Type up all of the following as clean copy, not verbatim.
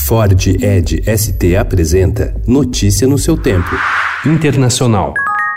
Ford Edge ST apresenta Notícia no seu tempo. Internacional.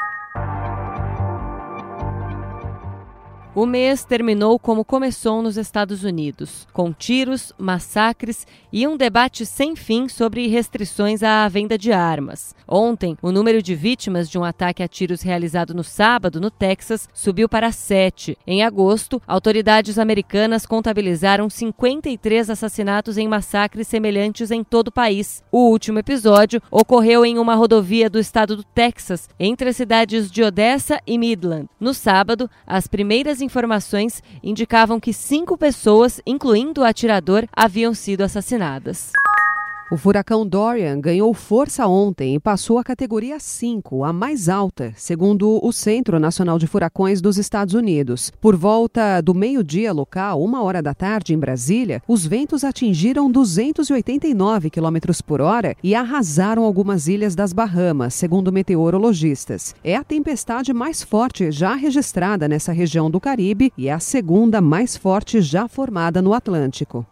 O mês terminou como começou nos Estados Unidos, com tiros, massacres e um debate sem fim sobre restrições à venda de armas. Ontem, o número de vítimas de um ataque a tiros realizado no sábado, no Texas, subiu para 7. Em agosto, autoridades americanas contabilizaram 53 assassinatos em massacres semelhantes em todo o país. O último episódio ocorreu em uma rodovia do estado do Texas, entre as cidades de Odessa e Midland. No sábado, as primeiras informações indicavam que 5 pessoas, incluindo o atirador, haviam sido assassinadas. O furacão Dorian ganhou força ontem e passou a categoria 5, a mais alta, segundo o Centro Nacional de Furacões dos Estados Unidos. Por volta do meio-dia local, 1h da tarde em Brasília, os ventos atingiram 289 km por hora e arrasaram algumas ilhas das Bahamas, segundo meteorologistas. É a tempestade mais forte já registrada nessa região do Caribe e é a segunda mais forte já formada no Atlântico.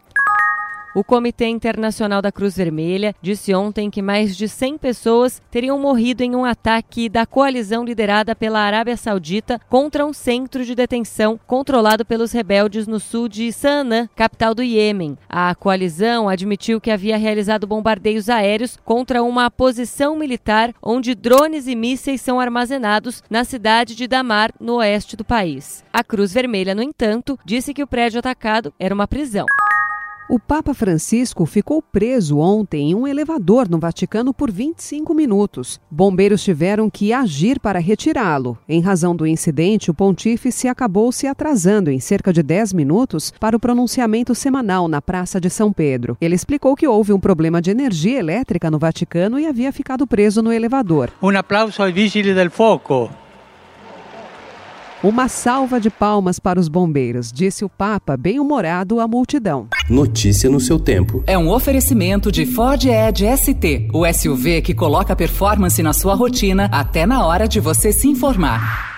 O Comitê Internacional da Cruz Vermelha disse ontem que mais de 100 pessoas teriam morrido em um ataque da coalizão liderada pela Arábia Saudita contra um centro de detenção controlado pelos rebeldes no sul de Sana'a, capital do Iêmen. A coalizão admitiu que havia realizado bombardeios aéreos contra uma posição militar onde drones e mísseis são armazenados na cidade de Damar, no oeste do país. A Cruz Vermelha, no entanto, disse que o prédio atacado era uma prisão. O Papa Francisco ficou preso ontem em um elevador no Vaticano por 25 minutos. Bombeiros tiveram que agir para retirá-lo. Em razão do incidente, o pontífice acabou se atrasando em cerca de 10 minutos para o pronunciamento semanal na Praça de São Pedro. Ele explicou que houve um problema de energia elétrica no Vaticano e havia ficado preso no elevador. Um aplauso aos Vigili del Fuoco. Uma salva de palmas para os bombeiros, disse o Papa, bem-humorado à multidão. Notícia no seu tempo. É um oferecimento de Ford Edge ST, o SUV que coloca performance na sua rotina até na hora de você se informar.